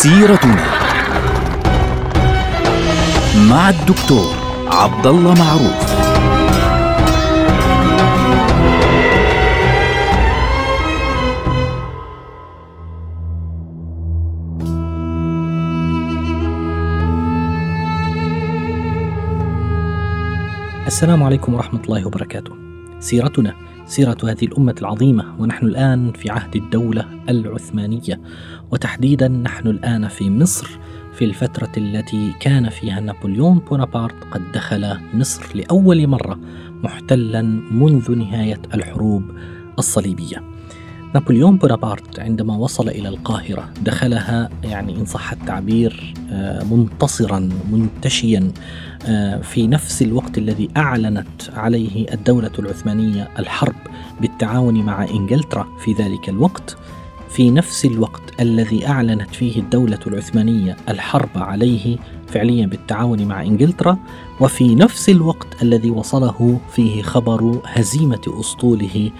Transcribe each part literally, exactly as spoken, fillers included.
سيرتنا مع الدكتور عبد الله معروف. السلام عليكم ورحمة الله وبركاته. سيرتنا سيرة هذه الأمة العظيمة، ونحن الآن في عهد الدولة العثمانية، وتحديدا نحن الآن في مصر في الفترة التي كان فيها نابليون بونابرت قد دخل مصر لأول مرة محتلا منذ نهاية الحروب الصليبية. نابليون بونابرت عندما وصل إلى القاهرة دخلها يعني إن صح التعبير منتصرا منتشيا في نفس الوقت الذي أعلنت عليه الدولة العثمانية الحرب بالتعاون مع إنجلترا في ذلك الوقت، في نفس الوقت الذي أعلنت فيه الدولة العثمانية الحرب عليه فعليا بالتعاون مع إنجلترا، وفي نفس الوقت الذي وصله فيه خبر هزيمة أسطوله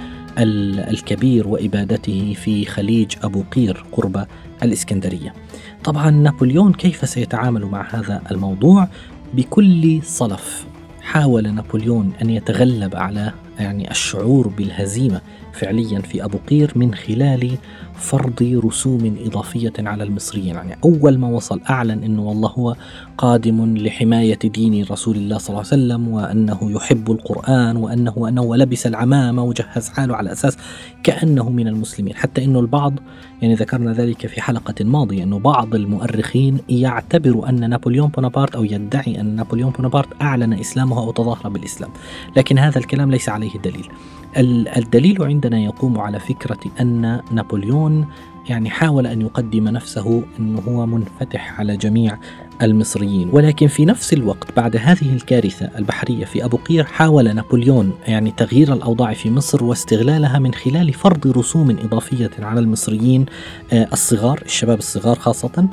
الكبير وإبادته في خليج أبو قير قرب الإسكندرية. طبعا نابليون كيف سيتعامل مع هذا الموضوع؟ بكل صلف حاول نابليون أن يتغلب على يعني الشعور بالهزيمة فعليا في أبو قير من خلال فرض رسوم إضافية على المصريين. يعني أول ما وصل أعلن أنه والله هو قادم لحماية دين رسول الله صلى الله عليه وسلم، وأنه يحب القرآن، وأنه وأنه ولبس العمامة وجهز حاله على أساس كأنه من المسلمين. حتى أنه البعض يعني ذكرنا ذلك في حلقة ماضية أنه بعض المؤرخين يعتبر أن نابليون بونابرت أو يدعي أن نابليون بونابرت أعلن إسلامه أو تظاهر بالإسلام، لكن هذا الكلام ليس عليه دليل. الدليل عندنا يقوم على فكرة أن نابليون يعني حاول أن يقدم نفسه أنه هو منفتح على جميع المصريين، ولكن في نفس الوقت بعد هذه الكارثة البحرية في أبو قير حاول نابليون يعني تغيير الأوضاع في مصر واستغلالها من خلال فرض رسوم إضافية على المصريين الصغار، الشباب الصغار خاصة،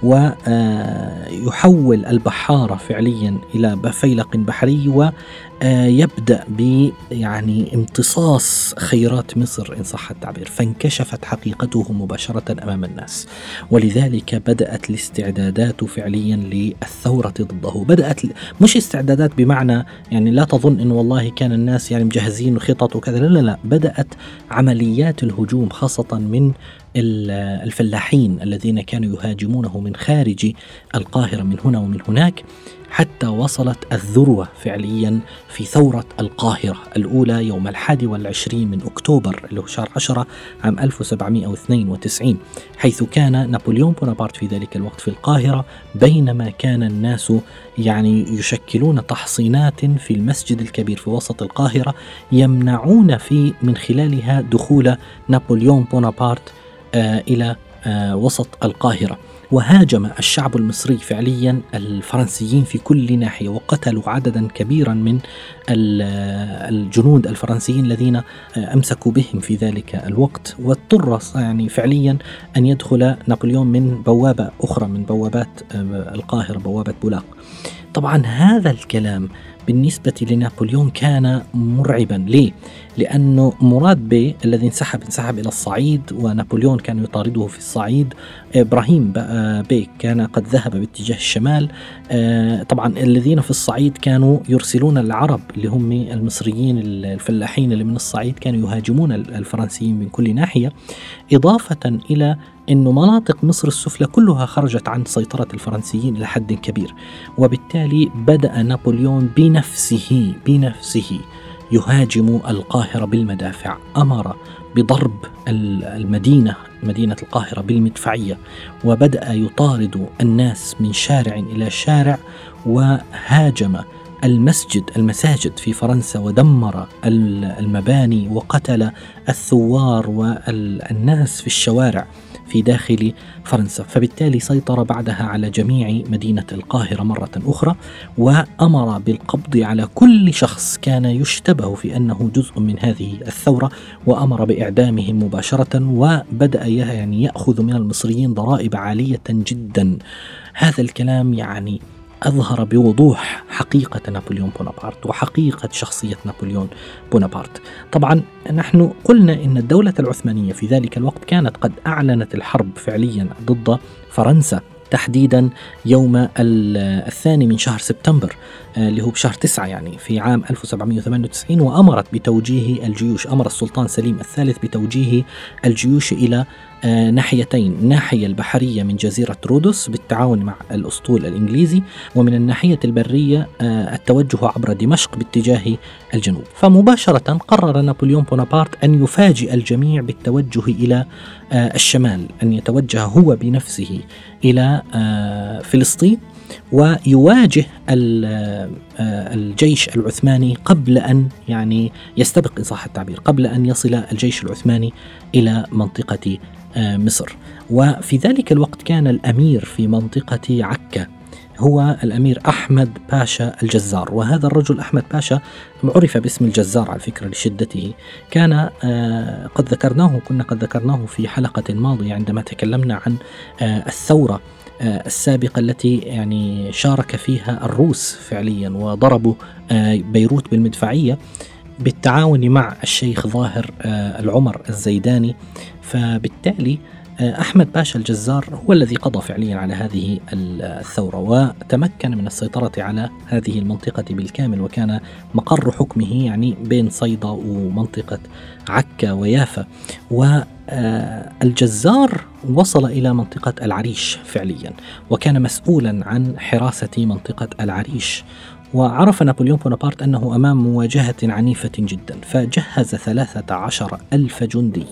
ويحول البحارة فعليا إلى فيلق بحري، ويبدأ ب يعني امتصاص خيرات مصر إن صح التعبير، فانكشفت حقيقته مباشرة أمام الناس. ولذلك بدأت الاستعدادات فعليا للثورة ضده. بدأت مش استعدادات بمعنى يعني لا تظن إنه والله كان الناس يعني مجهزين خطط وكذا، لا لا لا، بدأت عمليات الهجوم خاصة من الفلاحين الذين كانوا يهاجمونه من خارج القاهرة من هنا ومن هناك، حتى وصلت الذروة فعليا في ثورة القاهرة الأولى يوم الحادي والعشرين من أكتوبر اللي هو شهر عشرة عام ألف وسبعمائة واثنين وتسعين، حيث كان نابليون بونابرت في ذلك الوقت في القاهرة، بينما كان الناس يعني يشكلون تحصينات في المسجد الكبير في وسط القاهرة يمنعون في من خلالها دخول نابليون بونابرت آه إلى آه وسط القاهرة. وهاجم الشعب المصري فعليا الفرنسيين في كل ناحية، وقتلوا عددا كبيرا من الجنود الفرنسيين الذين أمسكوا بهم في ذلك الوقت، واضطر يعني فعليا أن يدخل نابليون من بوابة أخرى من بوابات القاهرة، بوابة بولاق. طبعا هذا الكلام بالنسبة لنابليون كان مرعبا. ليه؟ لأنه مراد بي الذي انسحب انسحب إلى الصعيد، ونابليون كان يطارده في الصعيد. إبراهيم بي كان قد ذهب باتجاه الشمال. طبعا الذين في الصعيد كانوا يرسلون العرب اللي هم المصريين الفلاحين اللي من الصعيد، كانوا يهاجمون الفرنسيين من كل ناحية، إضافة إلى أن مناطق مصر السفلى كلها خرجت عن سيطرة الفرنسيين إلى حد كبير. وبالتالي بدأ نابليون بنفسه بنفسه يهاجم القاهرة بالمدافع. أمر بضرب المدينة مدينة القاهرة بالمدفعية، وبدأ يطارد الناس من شارع إلى شارع، وهاجم المسجد المساجد في فرنسا، ودمر المباني، وقتل الثوار والناس في الشوارع في داخل فرنسا. فبالتالي سيطر بعدها على جميع مدينة القاهرة مرة أخرى، وأمر بالقبض على كل شخص كان يشتبه في أنه جزء من هذه الثورة، وأمر بإعدامهم مباشرة، وبدأ يعني يأخذ من المصريين ضرائب عالية جدا. هذا الكلام يعني أظهر بوضوح حقيقة نابليون بونابرت وحقيقة شخصية نابليون بونابرت. طبعا نحن قلنا إن الدولة العثمانية في ذلك الوقت كانت قد أعلنت الحرب فعليا ضد فرنسا، تحديدا يوم الثاني من شهر سبتمبر اللي هو بشهر تسعة يعني في عام ألف وسبعمائة وثمانية وتسعين، وأمرت بتوجيه الجيوش، أمر السلطان سليم الثالث بتوجيه الجيوش إلى ناحيتين، الناحية البحرية من جزيرة رودوس بالتعاون مع الأسطول الإنجليزي، ومن الناحية البرية التوجه عبر دمشق باتجاه الجنوب. فمباشرة قرر نابليون بونابرت أن يفاجئ الجميع بالتوجه إلى الشمال، أن يتوجه هو بنفسه إلى فلسطين ويواجه الجيش العثماني قبل أن يعني يستبق إن صح التعبير، قبل أن يصل الجيش العثماني إلى منطقة مصر. وفي ذلك الوقت كان الأمير في منطقة عكا هو الأمير أحمد باشا الجزار، وهذا الرجل أحمد باشا عرف باسم الجزار على فكرة لشدته. كان قد ذكرناه كنا قد ذكرناه في حلقة ماضية عندما تكلمنا عن الثورة السابقة التي يعني شارك فيها الروس فعليا وضربوا بيروت بالمدفعية بالتعاون مع الشيخ ظاهر العمر الزيداني. فبالتالي أحمد باشا الجزار هو الذي قضى فعليا على هذه الثورة وتمكن من السيطرة على هذه المنطقة بالكامل، وكان مقر حكمه يعني بين صيدا ومنطقة عكا ويافا. والجزار وصل إلى منطقة العريش فعليا وكان مسؤولا عن حراسة منطقة العريش. وعرف نابليون بونابرت أنه أمام مواجهة عنيفة جدا، فجهز ثلاثة عشر ألف جندي.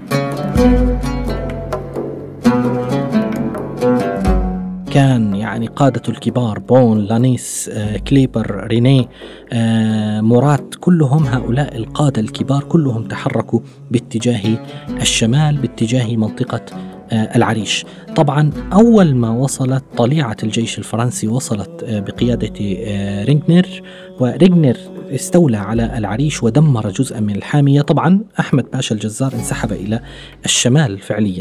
كان يعني قادة الكبار بون، لانيس، آه، كليبر، رينيه، آه، مرات، كلهم هؤلاء القادة الكبار كلهم تحركوا باتجاه الشمال باتجاه منطقة آه، العريش. طبعا أول ما وصلت طليعة الجيش الفرنسي وصلت آه، بقيادة آه، ريغنر، وريغنر استولى على العريش ودمر جزءا من الحامية. طبعا أحمد باشا الجزار انسحب إلى الشمال فعليا،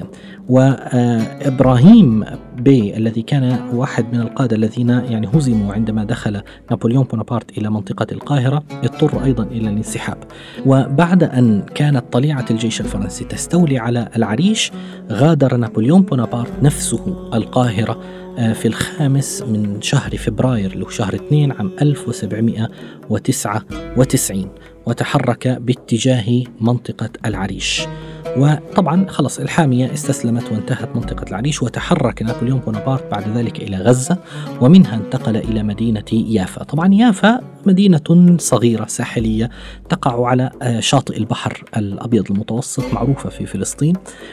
وإبراهيم بي الذي كان واحد من القادة الذين يعني هزموا عندما دخل نابليون بونابرت إلى منطقة القاهرة اضطر أيضا إلى الانسحاب. وبعد أن كانت طليعة الجيش الفرنسي تستولي على العريش غادر نابليون بونابرت نفسه القاهرة في الخامس من شهر فبراير اللي هو شهر اثنين عام ألف وسبعمائة وتسعة وتسعين وتحرك باتجاه منطقة العريش. وطبعا خلص الحامية استسلمت وانتهت منطقة العريش، وتحرك نابليون بونابرت بعد ذلك إلى غزة، ومنها انتقل إلى مدينة يافا. طبعا يافا مدينة صغيرة ساحلية تقع على شاطئ البحر الأبيض المتوسط، معروفة في فلسطين،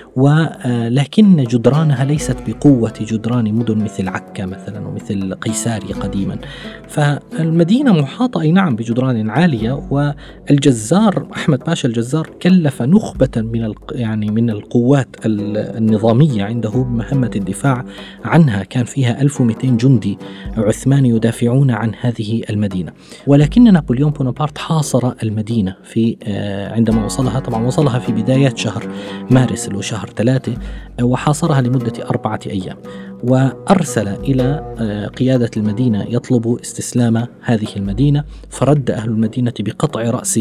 ولكن جدرانها ليست بقوة جدران مدن مثل عكا مثلا ومثل قيسارية قديما. فالمدينة محاطة أي نعم بجدران عالية، والجزار أحمد باشا الجزار كلف نخبة من يعني من القوات النظامية عنده بمهمة الدفاع عنها. كان فيها ألف ومئتين جندي عثماني يدافعون عن هذه المدينة، ولكن نابليون بونابرت حاصر المدينة في عندما وصلها. طبعا وصلها في بداية شهر مارس اللي هو شهر ثلاثة، وحاصرها لمدة أربعة أيام، وأرسل إلى قيادة المدينة يطلب استسلام هذه المدينة. فرد أهل المدينة بقطع رأس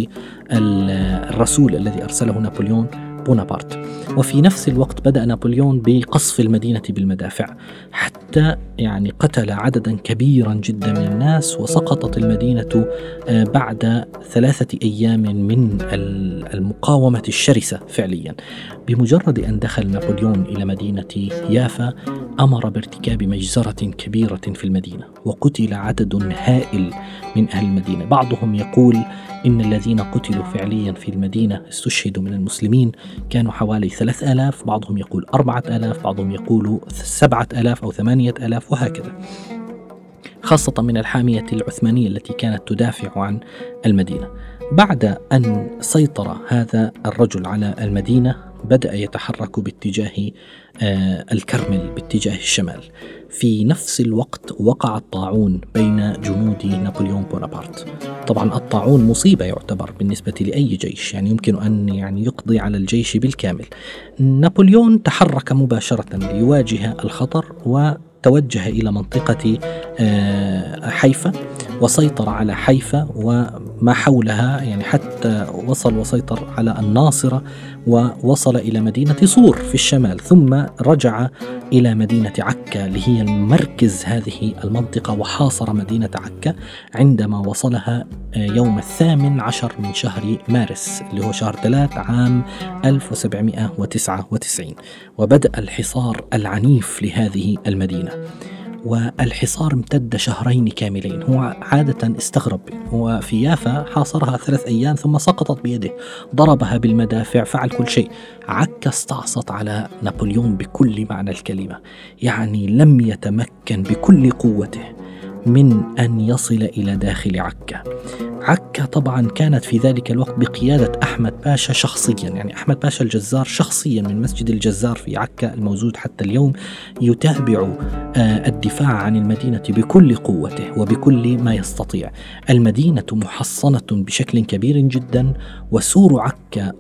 الرسول الذي أرسله نابليون بونابرت. وفي نفس الوقت بدأ نابليون بقصف المدينة بالمدافع حتى يعني قتل عددا كبيرا جدا من الناس، وسقطت المدينة بعد ثلاثة أيام من المقاومة الشرسة فعليا. بمجرد أن دخل نابليون إلى مدينة يافا أمر بارتكاب مجزرة كبيرة في المدينة، وقتل عدد هائل من أهل المدينة. بعضهم يقول إن الذين قتلوا فعليا في المدينة استشهدوا من المسلمين كانوا حوالي ثلاث آلاف، بعضهم يقول أربعة آلاف، بعضهم يقول سبعة آلاف أو ثمانية آلاف وهكذا، خاصة من الحامية العثمانية التي كانت تدافع عن المدينة. بعد أن سيطر هذا الرجل على المدينة بدأ يتحرك باتجاه آه الكرمل باتجاه الشمال. في نفس الوقت وقع الطاعون بين جنود نابليون بونابرت. طبعا الطاعون مصيبة يعتبر بالنسبة لأي جيش، يعني يمكن أن يعني يقضي على الجيش بالكامل. نابليون تحرك مباشرة ليواجه الخطر، و توجه إلى منطقة حيفا وسيطر على حيفا وما حولها، يعني حتى وصل وسيطر على الناصرة ووصل إلى مدينة صور في الشمال، ثم رجع إلى مدينة عكا اللي هي المركز هذه المنطقة، وحاصر مدينة عكا عندما وصلها يوم الثامن عشر من شهر مارس اللي هو شهر ثلاث عام ألف وسبعمائة وتسعة وتسعين، وبدأ الحصار العنيف لهذه المدينة. والحصار امتد شهرين كاملين. هو عادة استغرب، هو في يافا حاصرها ثلاث أيام ثم سقطت بيده، ضربها بالمدافع، فعل كل شيء. عكا استعصت على نابليون بكل معنى الكلمة، يعني لم يتمكن بكل قوته من أن يصل إلى داخل عكا. عكا طبعا كانت في ذلك الوقت بقيادة أحمد باشا شخصيا، يعني أحمد باشا الجزار شخصيا من مسجد الجزار في عكا الموجود حتى اليوم يتابع الدفاع عن المدينة بكل قوته وبكل ما يستطيع. المدينة محصنة بشكل كبير جدا، وسور عكا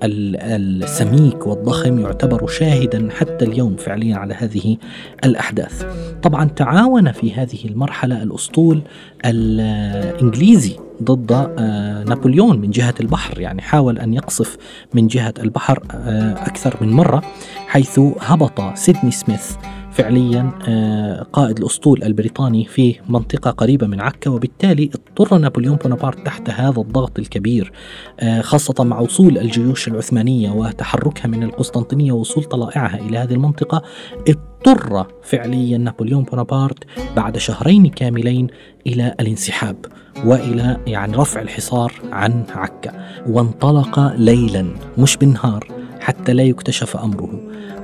السميك والضخم يعتبر شاهدا حتى اليوم فعليا على هذه الأحداث. طبعا تعاون في هذه المرحلة الأسطول الإنجليزي ضد نابليون من جهة البحر، يعني حاول أن يقصف من جهة البحر أكثر من مرة، حيث هبط سيدني سميث فعليا قائد الأسطول البريطاني في منطقة قريبة من عكا، وبالتالي اضطر نابليون بونابرت تحت هذا الضغط الكبير، خاصة مع وصول الجيوش العثمانية وتحركها من القسطنطينية ووصول طلائعها إلى هذه المنطقة، اضطر فعليا نابليون بونابرت بعد شهرين كاملين إلى الانسحاب وإلى يعني رفع الحصار عن عكا، وانطلق ليلا مش بالنهار حتى لا يكتشف أمره.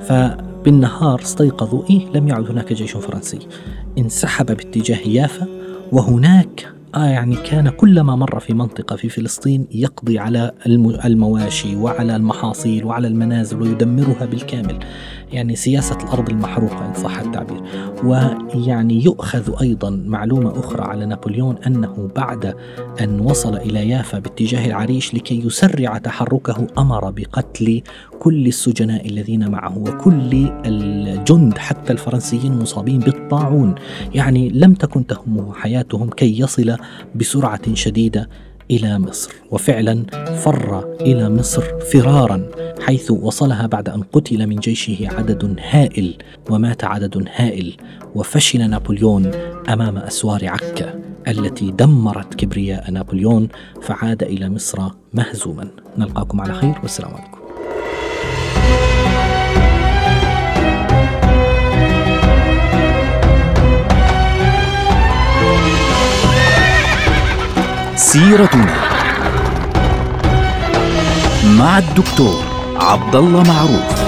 فبالنهار استيقظوا إيه لم يعد هناك جيش فرنسي، انسحب باتجاه يافا، وهناك آه يعني كان كلما مر في منطقة في فلسطين يقضي على المواشي وعلى المحاصيل وعلى المنازل ويدمرها بالكامل، يعني سياسة الأرض المحروقة إن صح التعبير. ويعني يؤخذ أيضا معلومة أخرى على نابليون أنه بعد أن وصل إلى يافا باتجاه العريش لكي يسرع تحركه أمر بقتل كل السجناء الذين معه وكل الجند حتى الفرنسيين مصابين بالطاعون، يعني لم تكن تهمه حياتهم كي يصل بسرعة شديدة إلى مصر. وفعلا فر إلى مصر فرارا، حيث وصلها بعد أن قتل من جيشه عدد هائل ومات عدد هائل، وفشل نابليون أمام أسوار عكا التي دمرت كبرياء نابليون، فعاد إلى مصر مهزوما. نلقاكم على خير والسلام عليكم. سيرتنا مع الدكتور عبد الله معروف.